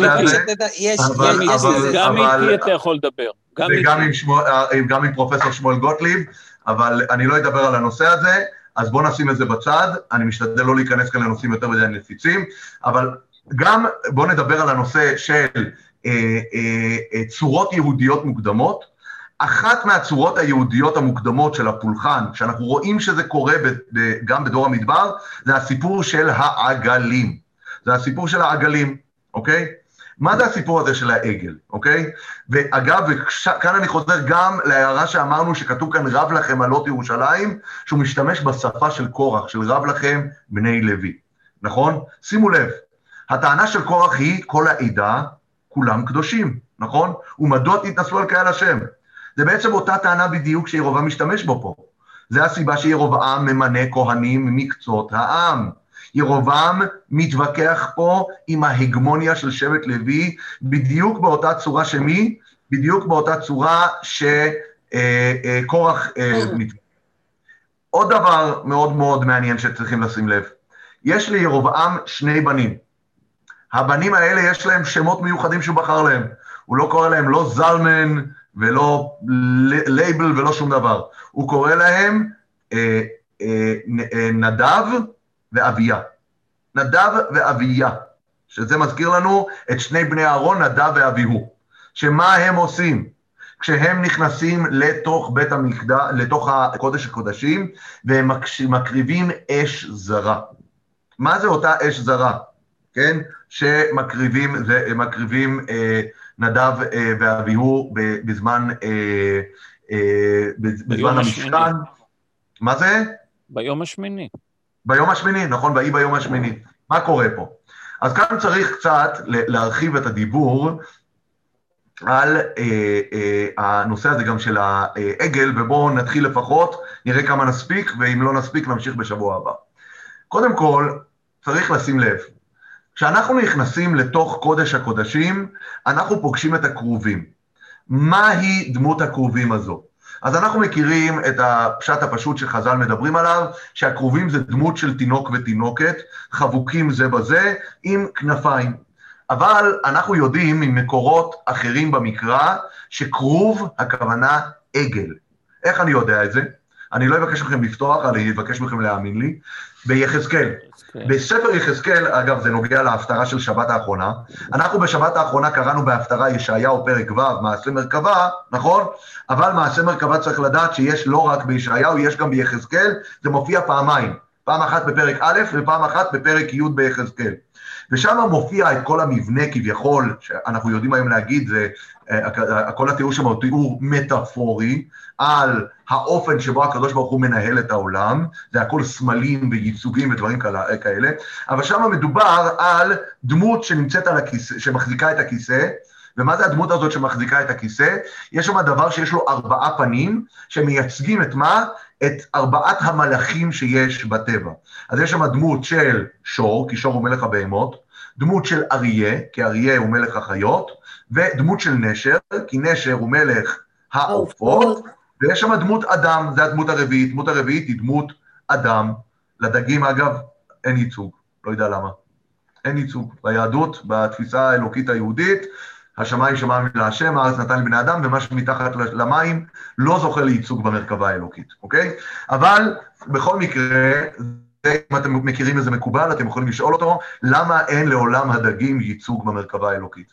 גם איתי אתה יכול לדבר. וגם עם פרופסור שמואל גוטליב, אבל אני לא אדבר על הנושא הזה, אז בוא נשים את זה בצד, אני משתדל לא להיכנס כאן לנושאים יותר מדי נפיצים, אבל גם בוא נדבר על הנושא של צורות יהודיות מוקדמות. אחת מהצורות היהודיות המוקדמות של הפולחן, שאנחנו רואים שזה קורה גם בדור המדבר, זה הסיפור של העגלים. זה הסיפור של העגלים, אוקיי? מה זה הסיפור הזה של העגל, אוקיי? ואגב, כאן אני חוזר גם להערה שאמרנו שכתוב כאן רב לכם עלות ירושלים, שהוא משתמש בשפה של קורח, של רב לכם בני לוי. נכון? שימו לב, הטענה של קורח היא כל העדה, כולם קדושים, נכון? ומדוע תתנצלו על קהל השם? זה בעצם אותה טענה בדיוק שירובעם משתמש בו פה. זה הסיבה שירובעם ממנה כהנים ממקצות העם. ירובעם מתווכח פה עם ההגמוניה של שבט לוי, בדיוק באותה צורה שמי? בדיוק באותה צורה שקורח מתווכח. עוד דבר מאוד מאוד מעניין שצריכים לשים לב. יש לירובעם 2 בנים. הבנים האלה יש להם שמות מיוחדים שהוא בחר להם. הוא לא קורא להם לא זלמן ולא לייבל ולא שום דבר. הוא קורא להם נדב ואביה. נדב ואביה, שזה מזכיר לנו את 2 בני אהרון, נדב ואביהו. שמה הם עושים? כשהם נכנסים לתוך בית המקדש, לתוך הקודש הקודשים, והם מקריבים אש זרה. מה זה אותה אש זרה? כן? שמקריבים נדב ואביהו בזמן המשכן. מה זה? ביום השמיני. ביום השמיני, נכון, ביום השמיני. מה קורה פה? אז כאן צריך קצת להרחיב את הדיבור על הנושא הזה גם של העגל, ובואו נתחיל לפחות, נראה כמה נספיק, ואם לא נספיק נמשיך בשבוע הבא. קודם כל, צריך לשים לב, כשאנחנו נכנסים לתוך קודש הקודשים, אנחנו פוגשים את הקרובים. מהי דמות הקרובים הזו? אז אנחנו מכירים את הפשט הפשוט שחז"ל מדברים עליו, שהקרובים זה דמות של תינוק ותינוקת, חבוקים זה בזה, עם כנפיים. אבל אנחנו יודעים ממקורות אחרים במקרא, שקרוב הכוונה עגל. איך אני יודע את זה? אני לא אבקש מכם לפתוח, אני אבקש מכם להאמין לי. ביחזקאל. בספר יחזקאל, אגב, זה נוגע להפטרה של שבת האחרונה. אנחנו בשבת האחרונה קראנו בהפטרה ישעיהו פרק ו', מעשה מרכבה, נכון? אבל מעשה מרכבה צריך לדעת שיש לא רק בישעיהו, יש גם ביחזקאל, זה מופיע פעמיים. פעם אחת בפרק א' ופעם אחת בפרק י' ביחזקאל. ושם מופיע את כל המבנה כביכול, שאנחנו יודעים היום להגיד, זה, כל התיאור שם הוא תיאור מטאפורי, על האופן שבו הקדוש ברוך הוא מנהל את העולם, זה הכל סמלים וייצוגים ודברים כאלה, אבל שם מדובר על דמות שנמצאת על הכיסא, שמחזיקה את הכיסא, ומה זה הדמות הזאת שמחזיקה את הכיסא? יש שם דבר שיש לו 4 פנים, שמייצגים את מה? את 4 המלאכים שיש בטבע. אז יש שם דמות של שור, כי שור הוא מלך הבהמות, דמות של אריה, כי אריה הוא מלך החיות, ודמות של נשר, כי נשר הוא מלך העופות, ויש שם דמות אדם, זה הדמות הרביעית, דמות הרביעית היא דמות אדם. לדגים אגב אין ייצוג, לא יודע למה. אין ייצוג. ביהדות, בתפיסה האלוקית היהודית, השמיים שמיים להשם, הארץ נתן לבני אדם, ומה שמתחת למים לא זוכה לייצוג במרכבה האלוקית, אוקיי? אבל בכל מקרה, אם אתם מכירים איזה מקובל, אתם יכולים לשאול אותו, למה אין לעולם הדגים ייצוג במרכבה האלוקית?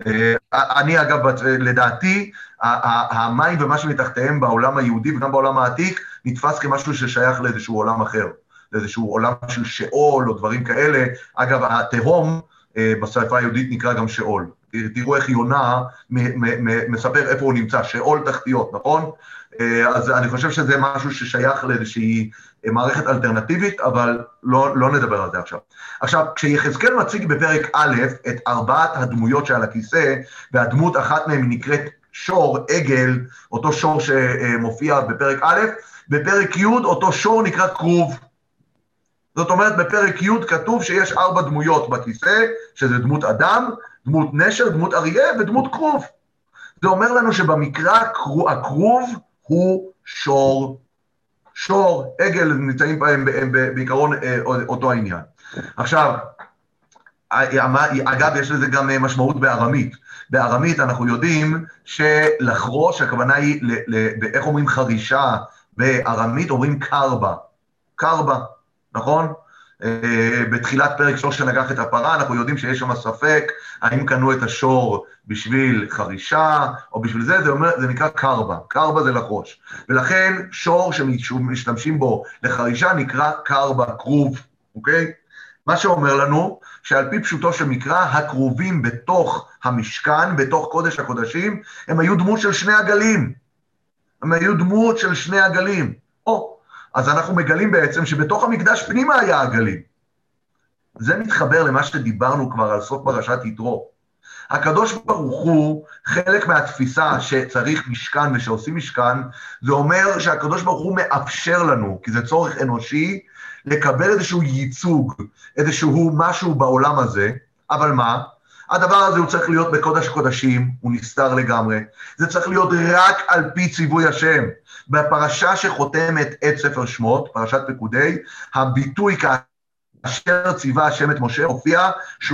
אני אגב, לדעתי, המים ומה שמתחתיהם בעולם היהודי וגם בעולם העתיק, נתפס כמשהו ששייך לאיזשהו עולם אחר, לאיזשהו עולם של שאול או דברים כאלה. אגב, התהום בשפה היהודית נקרא גם שאול. תראו איך יונה מספר איפה הוא נמצא, שאול תחתיות, נכון? אז אני חושב שזה משהו ששייך לאיזושהי מערכת אלטרנטיבית, אבל לא נדבר על זה עכשיו. עכשיו, כשיחזקאל מציג בפרק א' את 4 הדמויות שעל הכיסא, והדמות אחת מהן נקראת שור, עגל, אותו שור שמופיע בפרק א', בפרק י' אותו שור נקרא כרוב. זאת אומרת, בפרק י' כתוב שיש 4 דמויות בכיסא, שזה דמות אדם, דמות נשר, דמות אריה ודמות כרוב. זה אומר לנו שבמקרא הכרוב הוא שור. שור, עגל, נמצאים בעיקרון אותו העניין. עכשיו, אגב, יש לזה גם משמעות בארמית. בארמית אנחנו יודעים שלחרוש, הכוונה היא, איך אומרים חרישה, בארמית אומרים קרבה. קרבה, נכון? בתחילת פרק 3 שנגח את הפרה, אנחנו יודעים שיש שם ספק, האם קנו את השור בשביל חרישה, או בשביל זה, זה נקרא קרבה, קרבה זה לחרוש. ולכן שור שמשתמשים בו לחרישה נקרא קרבה, כרוב, אוקיי? מה שאומר לנו, שעל פי פשוטו של מקרא, הקרובים בתוך המשכן, בתוך קודש הקודשים, הם היו דמות של 2 עגלים. הם היו דמות של 2 עגלים. אז אנחנו מגלים בעצם שבתוך המקדש פנימה היה עגלים. זה מתחבר למה שדיברנו כבר על סוף פרשת יתרו. הקדוש ברוך הוא, חלק מהתפיסה שצריך משכן ושעושים משכן, זה אומר שהקדוש ברוך הוא מאפשר לנו, כי זה צורך אנושי, לקבל איזשהו ייצוג, איזשהו משהו בעולם הזה, אבל מה? הדבר הזה הוא צריך להיות בקודש קודשים, הוא נסתר לגמרי, זה צריך להיות רק על פי ציווי השם. בפרשה שחותמת את ספר שמות, פרשת פקודי, הביטוי כאשר ציווה השם את משה הופיע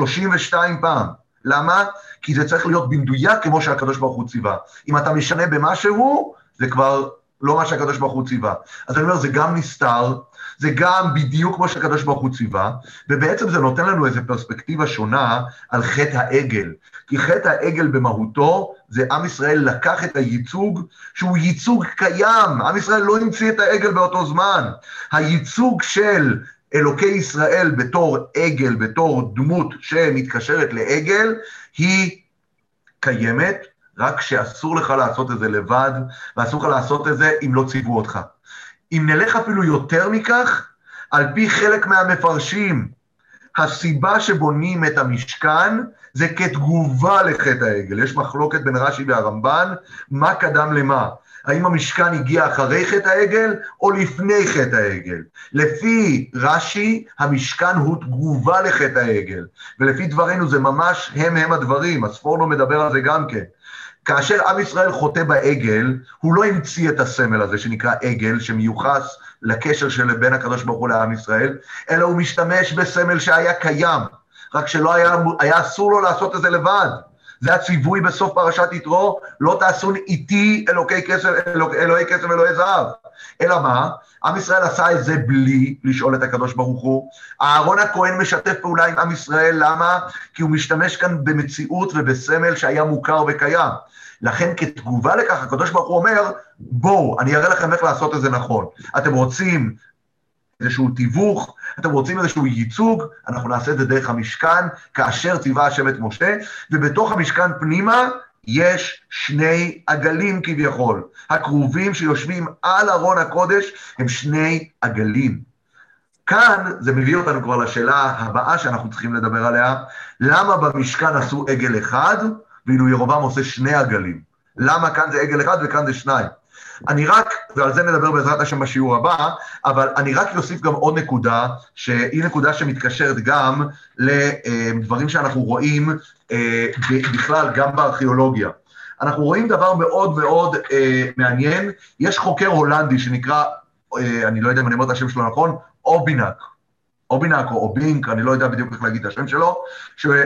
32 פעם. למה? כי זה צריך להיות במדויק כמו שהקדוש ברוך הוא ציווה. אם אתה משנה במשהו, זה כבר לא מה שהקדוש ברוך הוא ציווה. אז אני אומר, זה גם נסתר, זה גם בדיוק כמו שהקדוש ברוך הוא ציווה, ובעצם זה נותן לנו איזו פרספקטיבה שונה על חטא העגל. כי חטא העגל במהותו, זה עם ישראל לקח את הייצוג, שהוא ייצוג קיים. עם ישראל לא המציא את העגל באותו זמן. הייצוג של אלוקי ישראל בתור עגל, בתור דמות שמתקשרת לעגל, היא קיימת, רק שאסור לך לעשות את זה לבד, ואסור לך לעשות את זה אם לא ציוו אותך. אם נלך אפילו יותר מכך, על פי חלק מהמפרשים, הסיבה שבונים את המשכן, זה כתגובה לחטא העגל. יש מחלוקת בין רש"י והרמב"ן, מה קדם למה? האם המשכן הגיע אחרי חטא העגל, או לפני חטא העגל? לפי רש"י, המשכן הוא תגובה לחטא העגל, ולפי דברינו זה ממש הם הדברים, הספורנו מדבר על זה גם כן. כאשר עם ישראל חוטא בעגל, הוא לא המציא את הסמל הזה שנקרא עגל, שמיוחס לקשר של בין הקדוש ברוך הוא לעם ישראל, אלא הוא משתמש בסמל שהיה קיים, רק שלא היה אסור לו לעשות את זה לבד. זה הציווי בסוף פרשת יתרו, לא תעשון איתי אלוהי כסף ואלוהי זהב. אלא מה? עם ישראל עשה את זה בלי לשאול את הקדוש ברוך הוא. אהרון הכהן משתף פעולה עם עם ישראל, למה? כי הוא משתמש כאן במציאות ובסמל שהיה מוכר וקיים. לכן כתגובה לכך, הקדוש ברוך הוא אומר, בואו, אני אראה לכם איך לעשות את זה נכון. אתם רוצים איזשהו תיווך, אתם רוצים איזשהו ייצוג, אנחנו נעשה את זה דרך המשכן, כאשר ציווה השם את משה, ובתוך המשכן פנימה יש שני עגלים כביכול. הקרובים שיושבים על ארון הקודש הם שני עגלים. כאן זה מביא אותנו כבר לשאלה הבאה שאנחנו צריכים לדבר עליה, למה במשכן עשו עגל אחד, ואילו ירובעם עושה שני עגלים? למה כאן זה עגל אחד וכאן זה שניים? אני רק, ועל זה נדבר בעזרת השם בשיעור הבא, אבל אני רק אוסיף גם עוד נקודה, שהיא נקודה שמתקשרת גם לדברים שאנחנו רואים בכלל גם בארכיאולוגיה. אנחנו רואים דבר מאוד מאוד מעניין, יש חוקר הולנדי שנקרא, אני לא יודע אם אני אומר את השם שלו נכון, אובינק או אובינק, אני לא יודע בדיוק איך להגיד את השם שלו, שהוא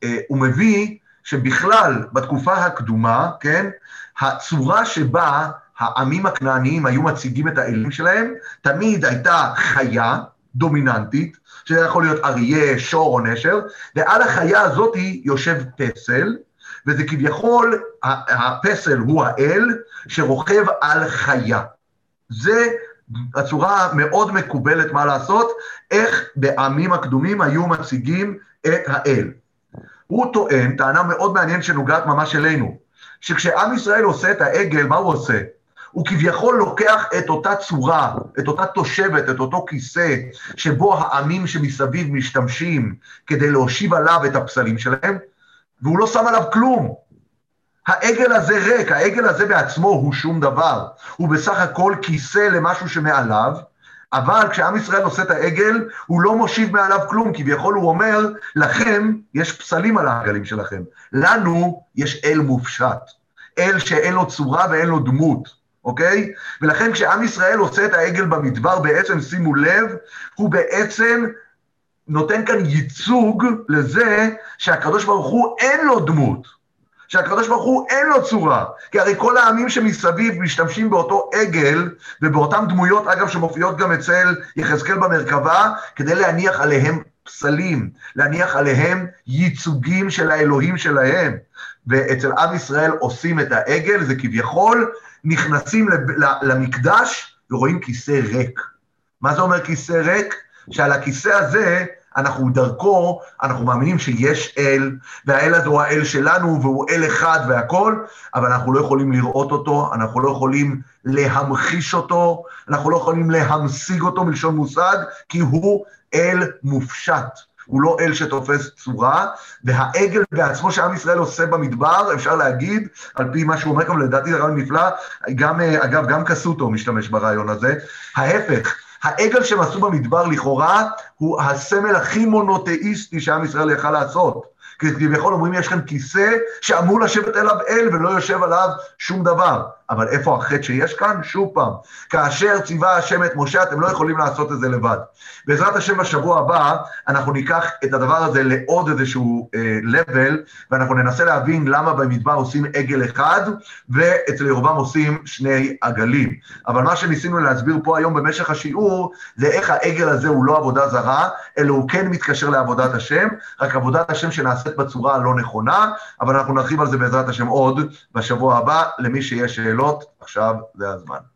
מביא שבכלל בתקופה הקדומה, כן, הצורה שבה העמים הכנעניים היו מציגים את האלים שלהם, תמיד הייתה חיה דומיננטית, שזה יכול להיות אריה, שור או נשר, ועל החיה הזאת יושב פסל, וזה כביכול, הפסל הוא האל שרוכב על חיה. זה הצורה מאוד מקובלת מה לעשות, איך בעמים הקדומים היו מציגים את האל. הוא טוען, טענה מאוד מעניין שנוגעת ממש אלינו, שכשעם ישראל עושה את העגל, מה הוא עושה? הוא כביכול לוקח את אותה צורה, את אותה תושבת, את אותו כיסא, שבו העמים שמסביב משתמשים כדי להושיב עליו את הפסלים שלהם, והוא לא שם עליו כלום. העגל הזה ריק, העגל הזה בעצמו הוא שום דבר, הוא בסך הכל כיסא למשהו שמעליו, אבל כשעם ישראל עושה את העגל, הוא לא מושיב מעליו כלום, כביכול הוא אומר, לכם יש פסלים על העגלים שלכם, לנו יש אל מופשט, אל שאין לו צורה ואין לו דמות, אוקיי? ולכן כשעם ישראל עושה את העגל במדבר, בעצם שימו לב, הוא בעצם נותן כאן ייצוג לזה שהקדוש ברוך הוא אין לו דמות, שהקדוש ברוך הוא אין לו צורה, כי הרי כל העמים שמסביב משתמשים באותו עגל, ובאותם דמויות, אגב, שמופיעות גם אצל יחזקאל במרכבה, כדי להניח עליהם פסלים, להניח עליהם ייצוגים של האלוהים שלהם, ואצל עם ישראל עושים את העגל, זה כביכול, נכנסים למקדש, ורואים כיסא ריק. מה זה אומר כיסא ריק? שעל הכיסא הזה, אנחנו דרכו, אנחנו מאמינים שיש אל, והאל הזה הוא האל שלנו, והוא אל אחד והכל, אבל אנחנו לא יכולים לראות אותו, אנחנו לא יכולים להמחיש אותו, אנחנו לא יכולים להמשיג אותו מלשון מושג, כי הוא אל מופשט, הוא לא אל שתופס צורה, והעגל בעצמו שעם ישראל עושה במדבר, אפשר להגיד, על פי מה שהוא אומר, גם לדעתי זה רעיון נפלא, אגב, גם קסוטו משתמש ברעיון הזה, ההפך, העגל שהם עשו במדבר לכאורה, הוא הסמל הכי מונותאיסטי שעם ישראל יכל לעשות. כי כביכול אומרים, יש כאן כיסא שאמור לשבת אליו אל ולא יושב עליו שום דבר. אבל איפה החטא שיש כאן? שוב פעם, כאשר ציווה השם את משה, אתם לא יכולים לעשות את זה לבד. בעזרת השם בשבוע הבא, אנחנו ניקח את הדבר הזה לעוד איזשהו level, ואנחנו ננסה להבין למה במדבר עושים עגל אחד, ואצל ירובעם עושים שני עגלים. אבל מה שניסינו להסביר פה היום במשך השיעור, זה איך העגל הזה הוא לא עבודה זרה, אלא הוא כן מתקשר לעבודת השם, רק עבודת השם שנעשית בצורה הלא נכונה, אבל אנחנו נרחיב על זה בעזרת השם עוד בשבוע הבא, למי שיש שאלות, עכשיו זה הזמן.